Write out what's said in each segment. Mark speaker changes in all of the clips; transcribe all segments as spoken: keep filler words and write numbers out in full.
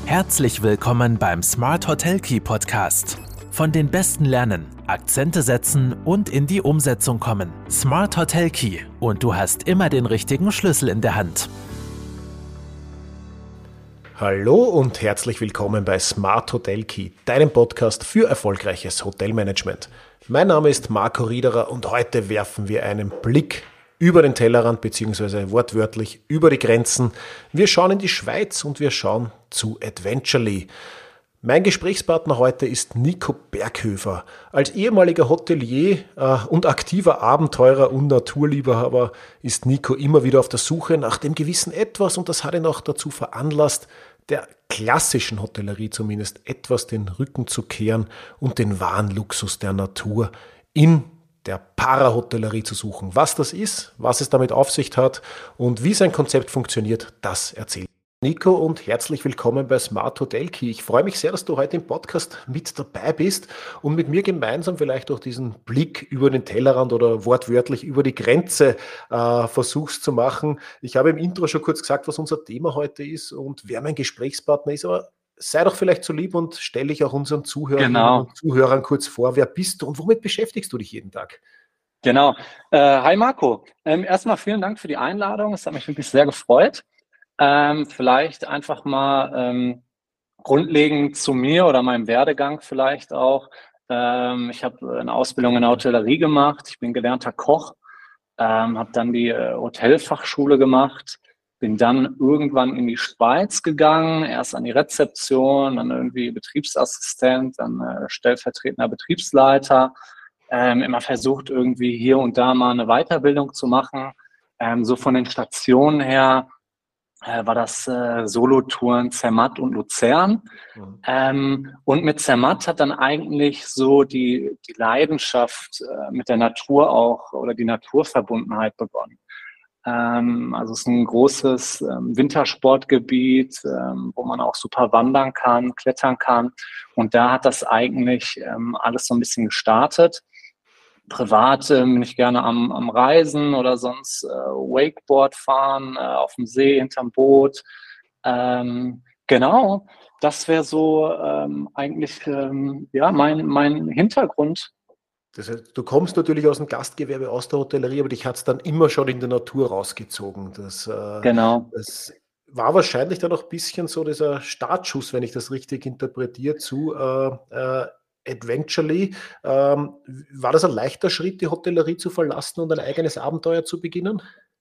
Speaker 1: Herzlich willkommen beim Smart Hotel Key Podcast. Von den Besten lernen, Akzente setzen und in die Umsetzung kommen. Smart Hotel Key und du hast immer den richtigen Schlüssel in der Hand.
Speaker 2: Hallo und herzlich willkommen bei Smart Hotel Key, deinem Podcast für erfolgreiches Hotelmanagement. Mein Name ist Marco Riederer und heute werfen wir einen Blick über den Tellerrand bzw. wortwörtlich über die Grenzen. Wir schauen in die Schweiz und wir schauen zu Adventurely. Mein Gesprächspartner heute ist Nico Berghöfer. Als ehemaliger Hotelier äh, und aktiver Abenteurer und Naturliebhaber ist Nico immer wieder auf der Suche nach dem gewissen Etwas und das hat ihn auch dazu veranlasst, der klassischen Hotellerie zumindest etwas den Rücken zu kehren und den wahren Luxus der Natur in der Parahotellerie zu suchen. Was das ist, was es damit auf sich hat und wie sein Konzept funktioniert, das erzählt Nico und herzlich willkommen bei Smart Hotel Key. Ich freue mich sehr, dass du heute im Podcast mit dabei bist und mit mir gemeinsam vielleicht auch diesen Blick über den Tellerrand oder wortwörtlich über die Grenze äh, versuchst zu machen. Ich habe im Intro schon kurz gesagt, was unser Thema heute ist und wer mein Gesprächspartner ist, aber sei doch vielleicht so lieb und stelle dich auch unseren Zuhörerinnen
Speaker 3: Genau.
Speaker 2: und Zuhörern kurz vor. Wer bist du und womit beschäftigst du dich jeden Tag?
Speaker 3: Genau. Äh, hi Marco. Ähm, erstmal vielen Dank für die Einladung. Es hat mich wirklich sehr gefreut. Ähm, vielleicht einfach mal ähm, grundlegend zu mir oder meinem Werdegang vielleicht auch. Ähm, ich habe eine Ausbildung in der Hotellerie gemacht. Ich bin gelernter Koch, ähm, habe dann die äh, Hotelfachschule gemacht, bin dann irgendwann in die Schweiz gegangen, erst an die Rezeption, dann irgendwie Betriebsassistent, dann äh, stellvertretender Betriebsleiter. Ähm, immer versucht, irgendwie hier und da mal eine Weiterbildung zu machen. Ähm, so von den Stationen her äh, war das äh, Solo-Touren Zermatt und Luzern. Mhm. Ähm, und mit Zermatt hat dann eigentlich so die, die Leidenschaft äh, mit der Natur auch oder die Naturverbundenheit begonnen. Ähm, also es ist ein großes ähm, Wintersportgebiet, ähm, wo man auch super wandern kann, klettern kann. Und da hat das eigentlich ähm, alles so ein bisschen gestartet. Privat äh, bin ich gerne am, am Reisen oder sonst äh, Wakeboard fahren, äh, auf dem See, hinterm Boot. Ähm, genau, das wäre so ähm, eigentlich ähm, ja, mein, mein Hintergrund.
Speaker 2: Das heißt, du kommst natürlich aus dem Gastgewerbe, aus der Hotellerie, aber dich hat es dann immer schon in der Natur rausgezogen. Das, äh,
Speaker 3: Genau.
Speaker 2: das war wahrscheinlich dann auch ein bisschen so dieser Startschuss, wenn ich das richtig interpretiere, zu äh, äh, Adventurely. Ähm, war das ein leichter Schritt, die Hotellerie zu verlassen und ein eigenes Abenteuer zu beginnen?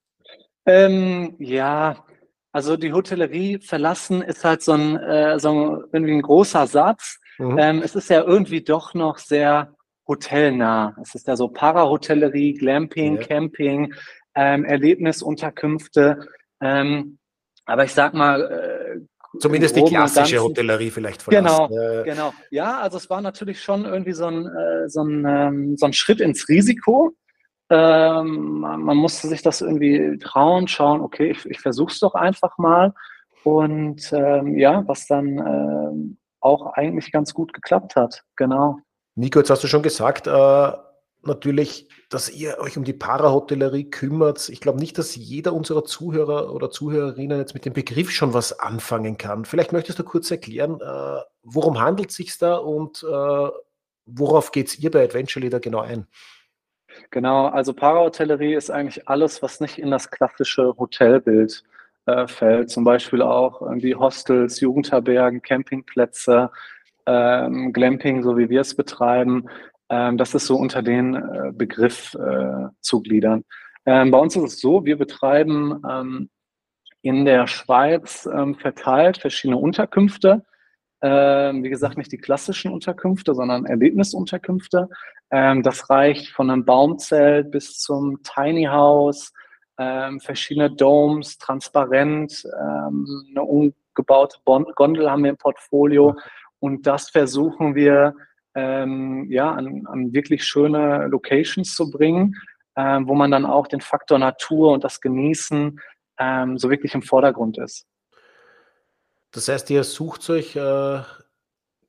Speaker 3: Ähm, ja, also die Hotellerie verlassen ist halt so ein, äh, so ein, irgendwie ein großer Satz.
Speaker 2: Mhm.
Speaker 3: Ähm, es ist ja irgendwie doch noch sehr hotelnah. Es ist ja so Parahotellerie, Glamping,
Speaker 2: Ja.
Speaker 3: Camping, ähm, Erlebnisunterkünfte. Ähm, aber ich sag mal, äh,
Speaker 2: Zumindest die klassische Hotellerie vielleicht verlassen.
Speaker 3: Genau,
Speaker 2: äh,
Speaker 3: genau. Ja, also es war natürlich schon irgendwie so ein, äh, so ein, ähm, so ein Schritt ins Risiko. Ähm, man, man musste sich das irgendwie trauen, schauen, okay, ich, ich versuche es doch einfach mal. Und ähm, ja, was dann ähm, auch eigentlich ganz gut geklappt hat. Genau.
Speaker 2: Nico, jetzt hast du schon gesagt, äh, natürlich, dass ihr euch um die Parahotellerie kümmert. Ich glaube nicht, dass jeder unserer Zuhörer oder Zuhörerinnen jetzt mit dem Begriff schon was anfangen kann. Vielleicht möchtest du kurz erklären, äh, worum handelt es sich da und äh, worauf geht es ihr bei Adventurely da genau ein?
Speaker 3: Genau, also Parahotellerie ist eigentlich alles, was nicht in das klassische Hotelbild äh, fällt. Zum Beispiel auch irgendwie Hostels, Jugendherbergen, Campingplätze, ähm, Glamping, so wie wir es betreiben. Ähm, das ist so unter den äh, Begriff äh, zu gliedern. Ähm, bei uns ist es so, wir betreiben ähm, in der Schweiz ähm, verteilt verschiedene Unterkünfte. Ähm, wie gesagt, nicht die klassischen Unterkünfte, sondern Erlebnisunterkünfte. Ähm, das reicht von einem Baumzelt bis zum Tiny House, ähm, verschiedene Domes, transparent, ähm, eine umgebaute Gondel haben wir im Portfolio. Und das versuchen wir ähm, ja, an, an wirklich schöne Locations zu bringen, ähm, wo man dann auch den Faktor Natur und das Genießen ähm, so wirklich im Vordergrund ist.
Speaker 2: Das heißt, ihr sucht euch äh,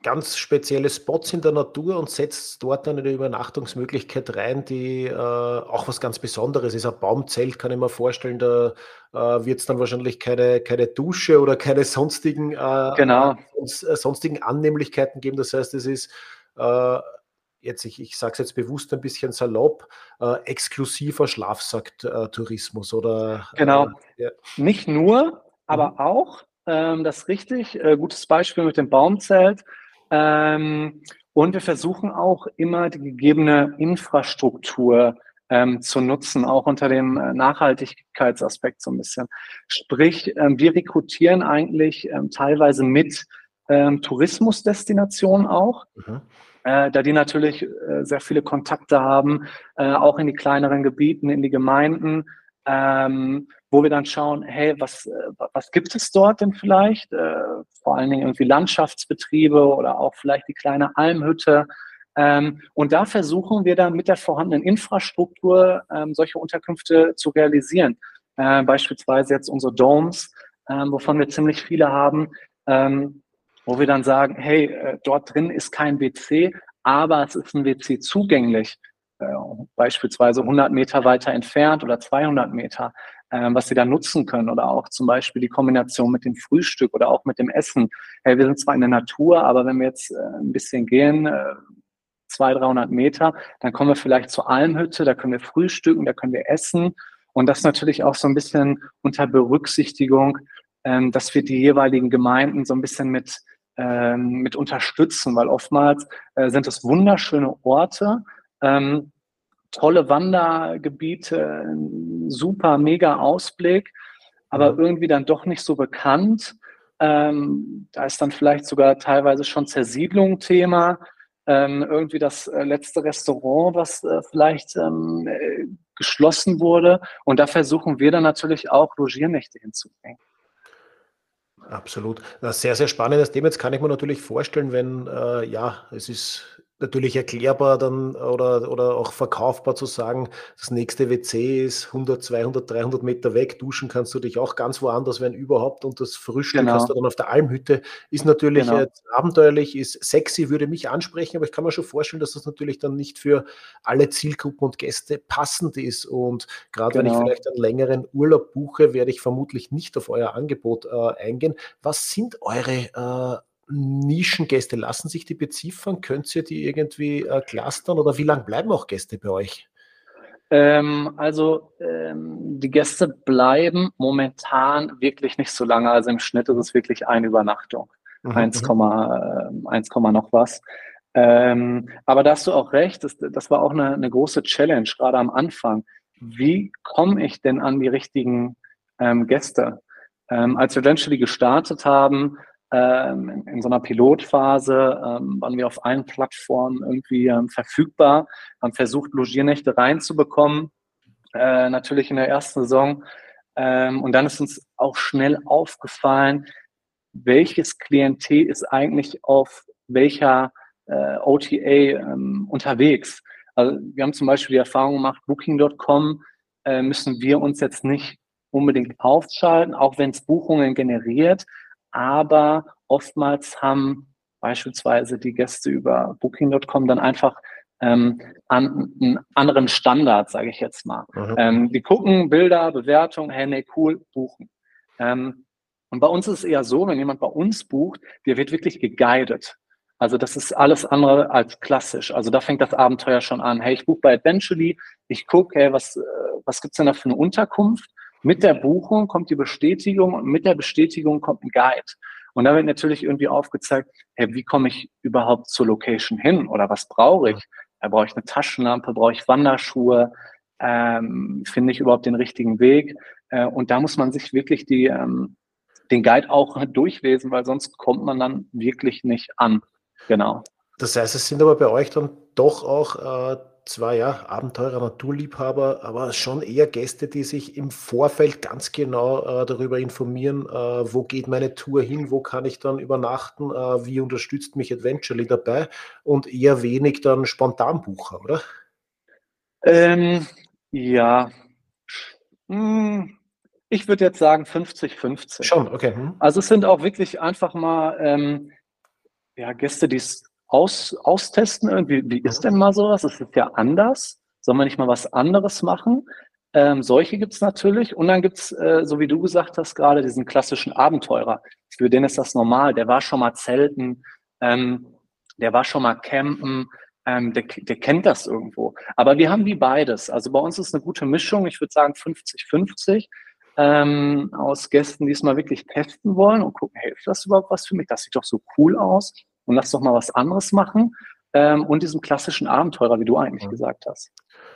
Speaker 2: ganz spezielle Spots in der Natur und setzt dort eine Übernachtungsmöglichkeit rein, die äh, auch was ganz Besonderes ist. Ein Baumzelt kann ich mir vorstellen, da äh, wird es dann wahrscheinlich keine, keine Dusche oder keine sonstigen, äh,
Speaker 3: Genau,
Speaker 2: sonst, äh, sonstigen Annehmlichkeiten geben. Das heißt, es ist äh, jetzt, ich, ich sage es jetzt bewusst ein bisschen salopp, äh, exklusiver Schlafsacktourismus oder
Speaker 3: genau.
Speaker 2: äh, ja.
Speaker 3: Nicht nur,
Speaker 2: Mhm.
Speaker 3: aber auch, ähm, das ist richtig, äh, gutes Beispiel mit dem Baumzelt. Ähm, und wir versuchen auch immer die gegebene Infrastruktur ähm, zu nutzen, auch unter dem äh, Nachhaltigkeitsaspekt so ein bisschen. Sprich, ähm, wir rekrutieren eigentlich ähm, teilweise mit ähm, Tourismusdestinationen auch,
Speaker 2: Mhm.
Speaker 3: äh, da die natürlich äh, sehr viele Kontakte haben, äh, auch in die kleineren Gebieten, in die Gemeinden, ähm, wo wir dann schauen, hey, was, äh, was gibt es dort denn vielleicht? Äh, vor allen Dingen irgendwie Landschaftsbetriebe oder auch vielleicht die kleine Almhütte. Ähm, und da versuchen wir dann mit der vorhandenen Infrastruktur ähm, solche Unterkünfte zu realisieren. Äh, beispielsweise jetzt unsere Domes, ähm, wovon wir ziemlich viele haben. Ähm, wo wir dann sagen, hey, äh, dort drin ist kein W C, aber es ist ein W C zugänglich, äh, beispielsweise hundert Meter weiter entfernt oder zweihundert Meter, äh, was sie dann nutzen können oder auch zum Beispiel die Kombination mit dem Frühstück oder auch mit dem Essen. Hey, wir sind zwar in der Natur, aber wenn wir jetzt äh, ein bisschen gehen, äh, zweihundert, dreihundert Meter, dann kommen wir vielleicht zur Almhütte, da können wir frühstücken, da können wir essen und das natürlich auch so ein bisschen unter Berücksichtigung, ähm, dass wir die jeweiligen Gemeinden so ein bisschen mit ähm, mit unterstützen, weil oftmals äh, sind es wunderschöne Orte, ähm, tolle Wandergebiete, ein super mega Ausblick, aber
Speaker 2: Mhm.
Speaker 3: irgendwie dann doch nicht so bekannt. Ähm, da ist dann vielleicht sogar teilweise schon Zersiedlung Thema. Ähm, irgendwie das äh, letzte Restaurant, was äh, vielleicht ähm, äh, geschlossen wurde. Und da versuchen wir dann natürlich auch Logiernächte hinzubringen.
Speaker 2: Absolut. Na, sehr, sehr spannendes Thema. Jetzt kann ich mir natürlich vorstellen, wenn, äh, ja, es ist natürlich erklärbar dann oder, oder auch verkaufbar zu sagen, das nächste W C ist hundert, zweihundert, dreihundert Meter weg. Duschen kannst du dich auch ganz woanders, wenn überhaupt. Und das Frühstück hast du
Speaker 3: Genau,
Speaker 2: dann auf der Almhütte. Ist natürlich äh,
Speaker 3: genau,
Speaker 2: abenteuerlich, ist sexy, würde mich ansprechen, aber ich kann mir schon vorstellen, dass das natürlich dann nicht für alle Zielgruppen und Gäste passend ist. Und gerade wenn ich
Speaker 3: genau.
Speaker 2: vielleicht einen längeren Urlaub buche, werde ich vermutlich nicht auf euer Angebot äh, eingehen. Was sind eure äh, Nischengäste? Lassen sich die beziffern? Könnt ihr die irgendwie äh, clustern oder wie lange bleiben auch Gäste bei euch?
Speaker 3: Ähm, also ähm, die Gäste bleiben momentan wirklich nicht so lange. Also im Schnitt ist es wirklich eine Übernachtung.
Speaker 2: Mhm,
Speaker 3: eins,
Speaker 2: mhm,
Speaker 3: eins, noch was. Ähm, aber da hast du auch recht, das, das war auch eine, eine große Challenge, gerade am Anfang. Wie komme ich denn an die richtigen ähm, Gäste? Ähm, als wir Eventually gestartet haben, ähm, in, in so einer Pilotphase, ähm, waren wir auf allen Plattformen irgendwie ähm, verfügbar, haben versucht, Logiernächte reinzubekommen, äh, natürlich in der ersten Saison. Ähm, und dann ist uns auch schnell aufgefallen, welches Klientel ist eigentlich auf welcher äh, O T A ähm, unterwegs. Also wir haben zum Beispiel die Erfahrung gemacht, Booking Punkt com äh, müssen wir uns jetzt nicht unbedingt aufschalten, auch wenn es Buchungen generiert, aber oftmals haben beispielsweise die Gäste über Booking Punkt com dann einfach ähm, an, einen anderen Standard, sage ich jetzt mal.
Speaker 2: mhm,
Speaker 3: Ähm, die gucken Bilder, Bewertung, hey, nee, cool, buchen. Ähm, und bei uns ist es eher so, wenn jemand bei uns bucht, der wird wirklich geguidet. Also das ist alles andere als klassisch. Also da fängt das Abenteuer schon an. Hey, ich buche bei Adventually, ich gucke, hey, was, äh, was gibt's denn da für eine Unterkunft? Mit der Buchung kommt die Bestätigung und mit der Bestätigung kommt ein Guide. Und da wird natürlich irgendwie aufgezeigt, hey, wie komme ich überhaupt zur Location hin oder was brauche
Speaker 2: mhm.
Speaker 3: ich? Da brauche ich eine Taschenlampe, brauche ich Wanderschuhe, ähm, finde ich überhaupt den richtigen Weg? Äh, und da muss man sich wirklich die, ähm, den Guide auch durchlesen, weil sonst kommt man dann wirklich nicht an. Genau.
Speaker 2: Das heißt, es sind aber bei euch dann doch auch äh, zwar ja Abenteurer, Naturliebhaber, aber schon eher Gäste, die sich im Vorfeld ganz genau äh, darüber informieren, äh, wo geht meine Tour hin, wo kann ich dann übernachten, äh, wie unterstützt mich Adventurely dabei und eher wenig dann Spontanbucher, oder?
Speaker 3: Ähm, ja, hm, ich würde jetzt sagen fünfzig fünfzig.
Speaker 2: Schon, okay. Hm.
Speaker 3: Also es sind auch wirklich einfach mal ähm, ja, Gäste, die es aus, austesten irgendwie, wie ist denn mal sowas? Das ist ja anders. Sollen wir nicht mal was anderes machen? Ähm, solche gibt's natürlich. Und dann gibt's, äh, so wie du gesagt hast, gerade diesen klassischen Abenteurer. Für den ist das normal. Der war schon mal zelten, ähm, der war schon mal campen, ähm, der, der kennt das irgendwo. Aber wir haben wie beides. Also bei uns ist eine gute Mischung. Ich würde sagen fünfzig fünfzig. Ähm, aus Gästen, die es mal wirklich testen wollen und gucken, hey, ist das überhaupt was für mich? Das sieht doch so cool aus und lass doch mal was anderes machen. Ähm, und diesem klassischen Abenteurer, wie du eigentlich gesagt hast.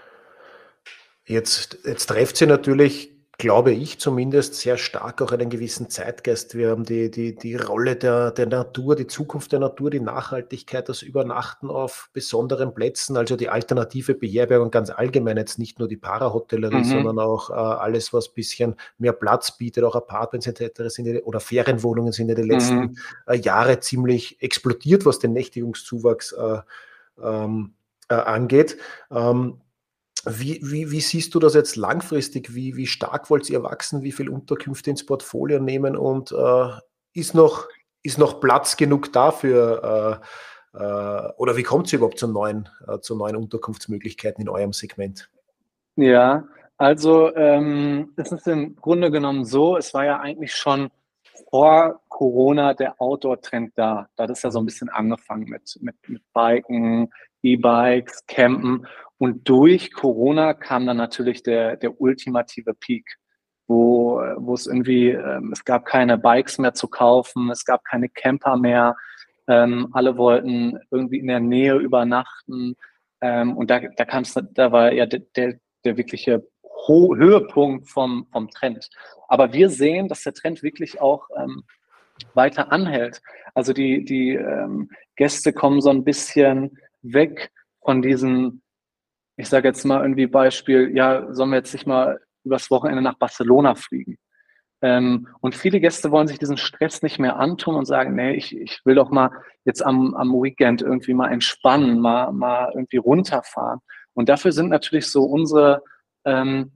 Speaker 2: Jetzt, jetzt trefft sie natürlich, glaube ich zumindest, sehr stark auch einen gewissen Zeitgeist. Wir haben die, die, die Rolle der, der Natur, die Zukunft der Natur, die Nachhaltigkeit, das Übernachten auf besonderen Plätzen, also die alternative Beherbergung ganz allgemein, jetzt nicht nur die Parahotellerie,
Speaker 3: Mhm.
Speaker 2: sondern auch äh, alles, was ein bisschen mehr Platz bietet, auch Apartments et cetera sind ja, oder Ferienwohnungen sind ja die letzten
Speaker 3: Mhm.
Speaker 2: äh, Jahre ziemlich explodiert, was den Nächtigungszuwachs äh, ähm, äh, angeht. Ähm, Wie, wie, wie siehst du das jetzt langfristig? Wie, wie stark wollt ihr wachsen? Wie viele Unterkünfte ins Portfolio nehmen? Und äh, ist, noch, ist noch Platz genug dafür? Äh, äh, oder wie kommt es überhaupt zu neuen, äh, zu neuen Unterkunftsmöglichkeiten in eurem Segment?
Speaker 3: Ja, also ähm, es ist im Grunde genommen so, es war ja eigentlich schon vor Corona der Outdoor-Trend da. Da hat es ja so ein
Speaker 2: Mhm.
Speaker 3: bisschen angefangen mit, mit, mit Biken, E-Bikes, Campen. Und durch Corona kam dann natürlich der, der ultimative Peak, wo, wo es irgendwie, ähm, es gab keine Bikes mehr zu kaufen, es gab keine Camper mehr. Ähm, alle wollten irgendwie in der Nähe übernachten. Ähm, und da, da kam es, da war ja der, der, der wirkliche Ho Höhepunkt vom, vom Trend. Aber wir sehen, dass der Trend wirklich auch ähm, weiter anhält. Also die, die ähm, Gäste kommen so ein bisschen weg von diesen, ich sage jetzt mal irgendwie Beispiel, ja, sollen wir jetzt nicht mal übers Wochenende nach Barcelona fliegen? Ähm, und viele Gäste wollen sich diesen Stress nicht mehr antun und sagen, nee, ich, ich will doch mal jetzt am, am Weekend irgendwie mal entspannen, mal, mal irgendwie runterfahren. Und dafür sind natürlich so unsere ähm,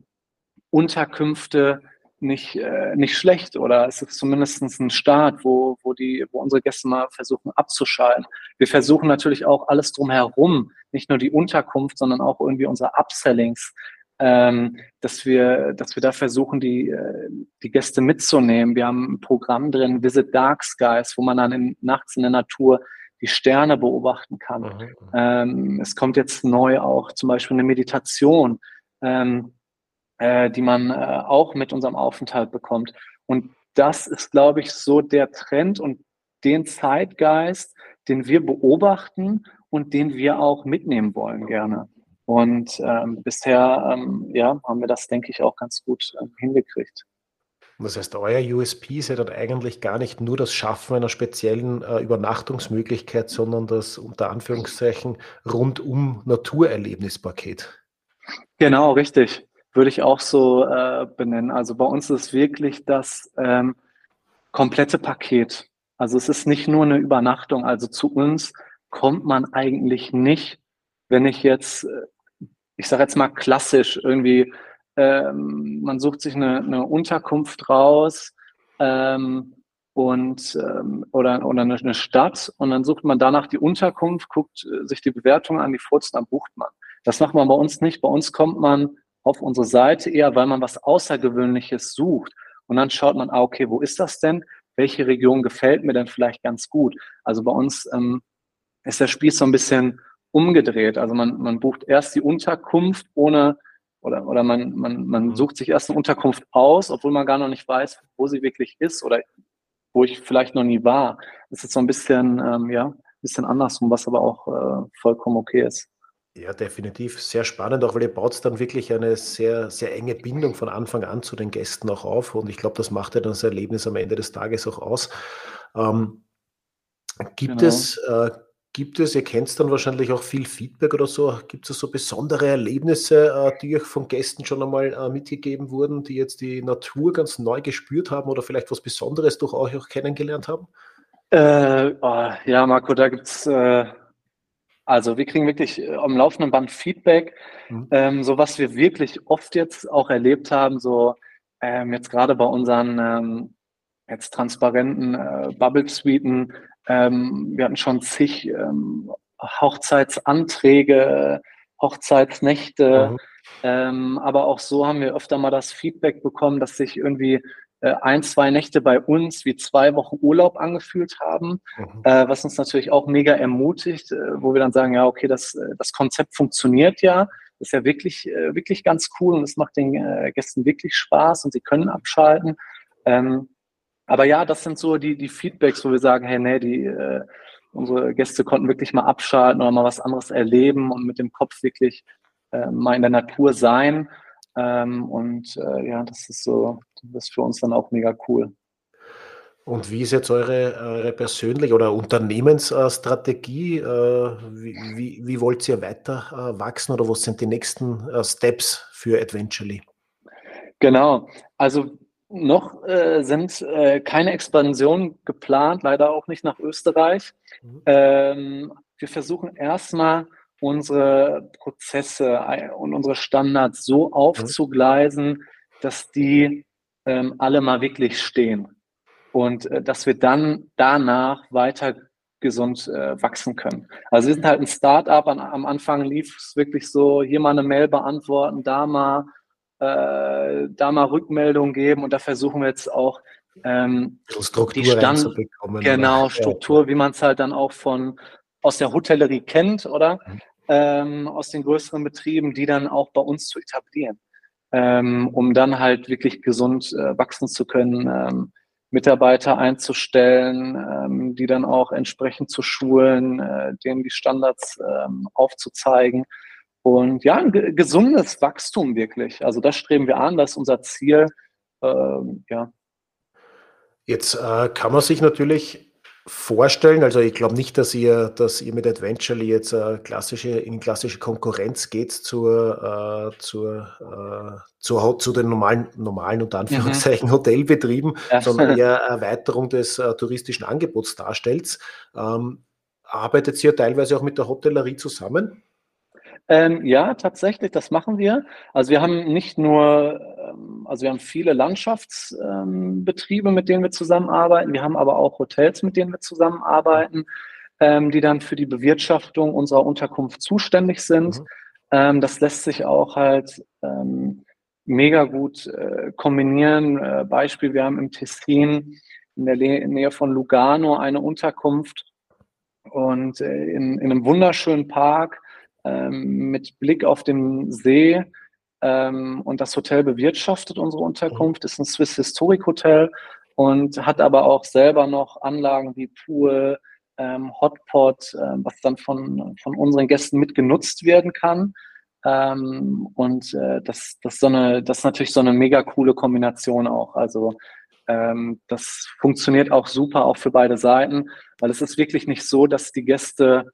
Speaker 3: Unterkünfte nicht, äh, nicht schlecht oder es ist zumindest ein Start, wo, wo, die, wo unsere Gäste mal versuchen abzuschalten. Wir versuchen natürlich auch alles drumherum, nicht nur die Unterkunft, sondern auch irgendwie unsere Upsellings, ähm, dass wir, dass wir da versuchen, die, äh, die Gäste mitzunehmen. Wir haben ein Programm drin, Visit Dark Skies, wo man dann in, nachts in der Natur die Sterne beobachten kann.
Speaker 2: Mhm.
Speaker 3: Ähm, es kommt jetzt neu auch zum Beispiel eine Meditation. Ähm, äh, die man äh, auch mit unserem Aufenthalt bekommt. Und das ist, glaube ich, so der Trend und den Zeitgeist, den wir beobachten und den wir auch mitnehmen wollen gerne. Und ähm, bisher ähm, ja, haben wir das, denke ich, auch ganz gut ähm, hingekriegt.
Speaker 2: Das heißt, euer U S P ist ja dann eigentlich gar nicht nur das Schaffen einer speziellen äh, Übernachtungsmöglichkeit, sondern das unter Anführungszeichen rundum Naturerlebnispaket.
Speaker 3: Genau, richtig. Würde ich auch so äh, benennen. Also bei uns ist wirklich das ähm, komplette Paket. Also es ist nicht nur eine Übernachtung. Also zu uns kommt man eigentlich nicht, wenn ich jetzt, äh, ich sage jetzt mal klassisch irgendwie, ähm, man sucht sich eine, eine Unterkunft raus ähm, und ähm, oder, oder eine, eine Stadt und dann sucht man danach die Unterkunft, guckt äh, sich die Bewertung an, die Furzen, dann bucht man. Das macht man bei uns nicht. Bei uns kommt man auf unsere Seite eher, weil man was Außergewöhnliches sucht. Und dann schaut man, ah, okay, wo ist das denn? Welche Region gefällt mir denn vielleicht ganz gut? Also bei uns ähm, ist der Spieß so ein bisschen umgedreht. Also man, man bucht erst die Unterkunft ohne, oder, oder man, man, man
Speaker 2: Mhm.
Speaker 3: sucht sich erst eine Unterkunft aus, obwohl man gar noch nicht weiß, wo sie wirklich ist oder wo ich vielleicht noch nie war. Das ist so ein bisschen, ähm, ja, ein bisschen andersrum, was aber auch äh, vollkommen okay ist.
Speaker 2: Ja, definitiv. Sehr spannend, auch weil ihr baut dann wirklich eine sehr, sehr enge Bindung von Anfang an zu den Gästen auch auf. Und ich glaube, das macht ja dann das Erlebnis am Ende des Tages auch aus. Ähm, gibt
Speaker 3: Genau.
Speaker 2: es, äh, gibt es, ihr kennt dann wahrscheinlich auch viel Feedback oder so, gibt es so besondere Erlebnisse, äh, die euch von Gästen schon einmal äh, mitgegeben wurden, die jetzt die Natur ganz neu gespürt haben oder vielleicht was Besonderes durch euch auch kennengelernt haben?
Speaker 3: Äh, oh, ja, Marco, da gibt's äh, also wir kriegen wirklich äh, am laufenden Band Feedback,
Speaker 2: Mhm.
Speaker 3: ähm, so was wir wirklich oft jetzt auch erlebt haben, so ähm, jetzt gerade bei unseren ähm, jetzt transparenten äh, Bubble-Suiten, Ähm, wir hatten schon zig ähm, Hochzeitsanträge, Hochzeitsnächte,
Speaker 2: Mhm.
Speaker 3: ähm, aber auch so haben wir öfter mal das Feedback bekommen, dass sich irgendwie äh, ein, zwei Nächte bei uns wie zwei Wochen Urlaub angefühlt haben,
Speaker 2: Mhm.
Speaker 3: äh, was uns natürlich auch mega ermutigt, äh, wo wir dann sagen, ja, okay, das, äh, das Konzept funktioniert ja, das ist ja wirklich, äh, wirklich ganz cool und es macht den äh, Gästen wirklich Spaß und sie können abschalten. Ähm, aber ja, das sind so die, die Feedbacks, wo wir sagen, hey, nee, die, äh, unsere Gäste konnten wirklich mal abschalten oder mal was anderes erleben und mit dem Kopf wirklich äh, mal in der Natur sein. Ähm, und äh, ja, das ist so, das ist für uns dann auch mega cool.
Speaker 2: Und wie ist jetzt eure, eure persönliche oder Unternehmensstrategie? Äh, wie, wie, wie wollt ihr weiter äh, wachsen oder was sind die nächsten äh, Steps für Adventurely?
Speaker 3: Genau. Also noch äh, sind äh, keine Expansionen geplant, leider auch nicht nach Österreich.
Speaker 2: Mhm.
Speaker 3: Ähm, wir versuchen erstmal unsere Prozesse äh, und unsere Standards so
Speaker 2: Mhm.
Speaker 3: aufzugleisen, dass die ähm, alle mal wirklich stehen und äh, dass wir dann danach weiter gesund äh, wachsen können. Also wir sind halt ein Start-up, an, am Anfang lief es wirklich so, hier mal eine Mail beantworten, da mal, äh, da mal Rückmeldung geben und da versuchen wir jetzt auch ähm,
Speaker 2: Ein bisschen
Speaker 3: die
Speaker 2: Struktur
Speaker 3: Stand,
Speaker 2: reinzubekommen, oder?
Speaker 3: genau,
Speaker 2: Ja, ja.
Speaker 3: Struktur, wie man es halt dann auch von aus der Hotellerie kennt, oder?
Speaker 2: Mhm.
Speaker 3: Ähm, aus den größeren Betrieben, die dann auch bei uns zu etablieren, ähm, um dann halt wirklich gesund äh, wachsen zu können, ähm, Mitarbeiter einzustellen, ähm, die dann auch entsprechend zu schulen, äh, denen die Standards ähm, aufzuzeigen. Und ja, ein ge gesundes Wachstum wirklich. Also das streben wir an, das ist unser Ziel. Ähm, ja.
Speaker 2: Jetzt äh, kann man sich natürlich vorstellen, also ich glaube nicht, dass ihr, dass ihr mit Adventurely jetzt äh, klassische, in klassische Konkurrenz geht zur, äh, zur, äh, zur, zu den normalen, normalen unter
Speaker 3: Mhm.
Speaker 2: Anführungszeichen Hotelbetrieben,
Speaker 3: Ja.
Speaker 2: sondern eher Erweiterung des äh, touristischen Angebots darstellt. Ähm, arbeitet ihr teilweise auch mit der Hotellerie zusammen?
Speaker 3: Ähm, ja, tatsächlich, das machen wir. Also wir haben nicht nur, ähm, also wir haben viele Landschaftsbetriebe, ähm, Betriebe, mit denen wir zusammenarbeiten. Wir haben aber auch Hotels, mit denen wir zusammenarbeiten, ähm, die dann für die Bewirtschaftung unserer Unterkunft zuständig sind.
Speaker 2: Mhm.
Speaker 3: Ähm, das lässt sich auch halt ähm, mega gut äh, kombinieren. Äh, Beispiel, wir haben im Tessin in der Le Nähe von Lugano eine Unterkunft und äh, in, in einem wunderschönen Park ähm, mit Blick auf den See. Ähm, und das Hotel bewirtschaftet unsere
Speaker 2: Mhm.
Speaker 3: Unterkunft, ist ein Swiss Historic Hotel und hat aber auch selber noch Anlagen wie Pool, ähm, Hotpot, äh, was dann von, von unseren Gästen mitgenutzt werden kann. Ähm, und äh, das, das, so eine, das ist natürlich so eine mega coole Kombination auch. Also ähm, das funktioniert auch super, auch für beide Seiten, weil es ist wirklich nicht so, dass die Gäste,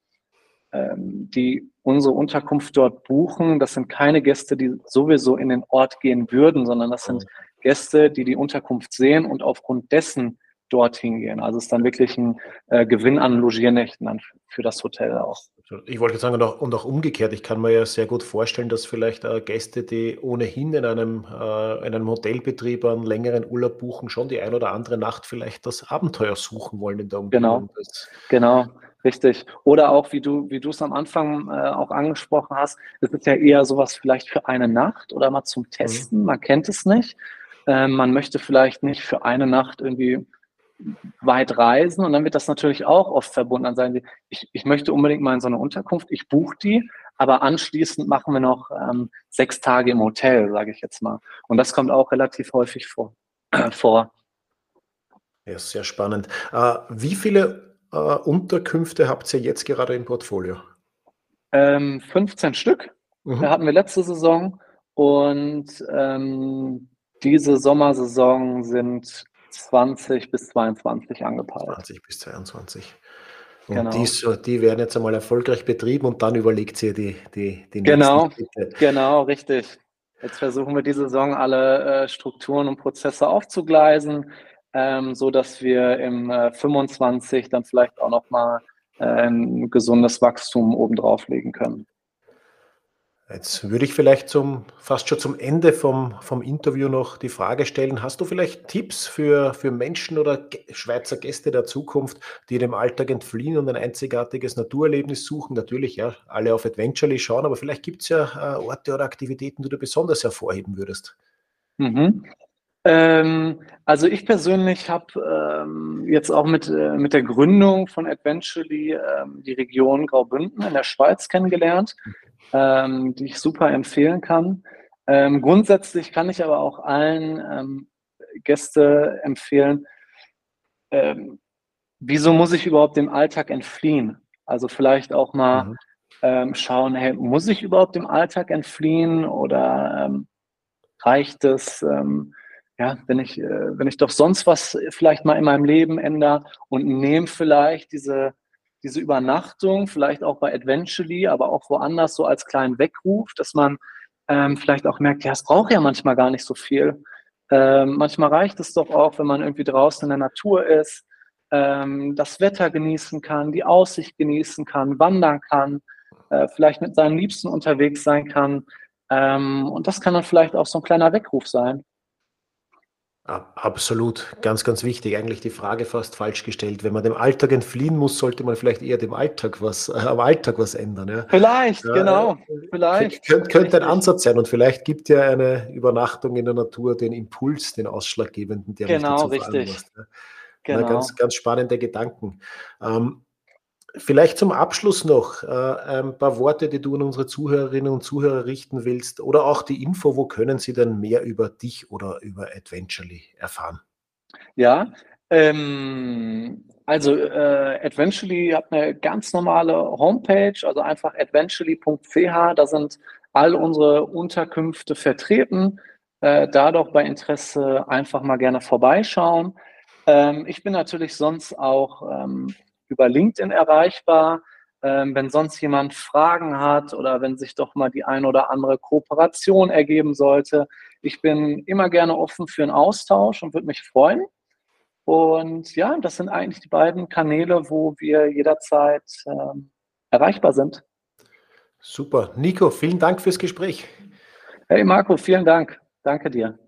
Speaker 3: ähm, die unsere Unterkunft dort buchen, das sind keine Gäste, die sowieso in den Ort gehen würden, sondern das sind
Speaker 2: Mhm.
Speaker 3: Gäste, die die Unterkunft sehen und aufgrund dessen dorthin gehen. Also es ist dann wirklich ein äh, Gewinn an Logiernächten dann für das Hotel auch.
Speaker 2: Ich wollte sagen, und auch, und auch umgekehrt, ich kann mir ja sehr gut vorstellen, dass vielleicht äh, Gäste, die ohnehin in einem, äh, in einem Hotelbetrieb einen längeren Urlaub buchen, schon die ein oder andere Nacht vielleicht das Abenteuer suchen wollen in der Umgebung.
Speaker 3: Genau.
Speaker 2: Das,
Speaker 3: Genau, richtig. Oder auch, wie du, wie du es am Anfang äh, auch angesprochen hast, es ist ja eher sowas vielleicht für eine Nacht oder mal zum
Speaker 2: mhm.
Speaker 3: Testen. Man kennt es nicht. Ähm, man möchte vielleicht nicht für eine Nacht irgendwie weit reisen und dann wird das natürlich auch oft verbunden. Dann sagen sie, ich, ich möchte unbedingt mal in so eine Unterkunft, ich buche die, aber anschließend machen wir noch ähm, sechs Tage im Hotel, sage ich jetzt mal. Und das kommt auch relativ häufig vor. Äh, vor.
Speaker 2: Ja, sehr spannend. Äh, wie viele äh, Unterkünfte habt ihr jetzt gerade im Portfolio?
Speaker 3: Ähm, fünfzehn Stück äh,
Speaker 2: Mhm.
Speaker 3: hatten wir letzte Saison und ähm, diese Sommersaison sind zwanzig bis zweiundzwanzig angepeilt.
Speaker 2: zwanzig bis zweiundzwanzig. Und die,
Speaker 3: Genau,
Speaker 2: so- die werden jetzt einmal erfolgreich betrieben und dann überlegt ihr die, die, die nächsten
Speaker 3: genau,
Speaker 2: Schritte.
Speaker 3: genau, richtig. Jetzt versuchen wir die Saison alle äh, Strukturen und Prozesse aufzugleisen, ähm, so dass wir im äh, fünfundzwanzig dann vielleicht auch noch mal äh, ein gesundes Wachstum obendrauf legen können.
Speaker 2: Jetzt würde ich vielleicht zum, fast schon zum Ende vom, vom Interview noch die Frage stellen, hast du vielleicht Tipps für, für Menschen oder G- Schweizer Gäste der Zukunft, die dem Alltag entfliehen und ein einzigartiges Naturerlebnis suchen? Natürlich, ja, alle auf Adventurely schauen, aber vielleicht gibt es ja äh, Orte oder Aktivitäten, die du besonders hervorheben würdest.
Speaker 3: Mhm. Ähm, also ich persönlich habe ähm, jetzt auch mit, äh, mit der Gründung von Adventurely ähm, die Region Graubünden in der Schweiz kennengelernt, ähm, die ich super empfehlen kann. Ähm, grundsätzlich kann ich aber auch allen ähm, Gäste empfehlen, ähm, wieso muss ich überhaupt dem Alltag entfliehen? Also vielleicht auch mal
Speaker 2: Mhm.
Speaker 3: ähm, schauen, hey, muss ich überhaupt dem Alltag entfliehen oder ähm, reicht es, ähm, ja, wenn ich, äh, wenn ich doch sonst was vielleicht mal in meinem Leben ändere und nehme vielleicht diese, diese Übernachtung, vielleicht auch bei Adventurely, aber auch woanders so als kleinen Weckruf, dass man ähm, vielleicht auch merkt, ja, es braucht ja manchmal gar nicht so viel. Ähm, manchmal reicht es doch auch, wenn man irgendwie draußen in der Natur ist, ähm, das Wetter genießen kann, die Aussicht genießen kann, wandern kann, äh, vielleicht mit seinen Liebsten unterwegs sein kann. Ähm, und das kann dann vielleicht auch so ein kleiner Weckruf sein.
Speaker 2: A- Absolut, ganz, ganz wichtig. Eigentlich die Frage fast falsch gestellt. Wenn man dem Alltag entfliehen muss, sollte man vielleicht eher dem Alltag was, äh, am Alltag was ändern. Ja?
Speaker 3: Vielleicht,
Speaker 2: Ja, äh,
Speaker 3: genau,
Speaker 2: k-
Speaker 3: vielleicht,
Speaker 2: könnte, könnte ein
Speaker 3: richtig.
Speaker 2: Ansatz sein und vielleicht gibt ja eine Übernachtung in der Natur den Impuls, den ausschlaggebenden, der mich
Speaker 3: Genau,
Speaker 2: dazu
Speaker 3: richtig.
Speaker 2: veranlasst. Ja? Na, ganz,
Speaker 3: Genau.
Speaker 2: ganz spannende Gedanken. Ähm, Vielleicht zum Abschluss noch äh, ein paar Worte, die du an unsere Zuhörerinnen und Zuhörer richten willst oder auch die Info, wo können sie denn mehr über dich oder über Adventurely erfahren?
Speaker 3: Ja, ähm, also äh, Adventurely hat eine ganz normale Homepage, also einfach adventurely punkt c h, da sind all unsere Unterkünfte vertreten. Äh, da doch bei Interesse einfach mal gerne vorbeischauen. Ähm, ich bin natürlich sonst auch ähm, über LinkedIn erreichbar. Ähm, wenn sonst jemand Fragen hat oder wenn sich doch mal die ein oder andere Kooperation ergeben sollte. Ich bin immer gerne offen für einen Austausch und würde mich freuen. Und ja, das sind eigentlich die beiden Kanäle, wo wir jederzeit ähm, erreichbar sind.
Speaker 2: Super. Nico, vielen Dank fürs Gespräch.
Speaker 3: Hey Marco, vielen Dank. Danke dir.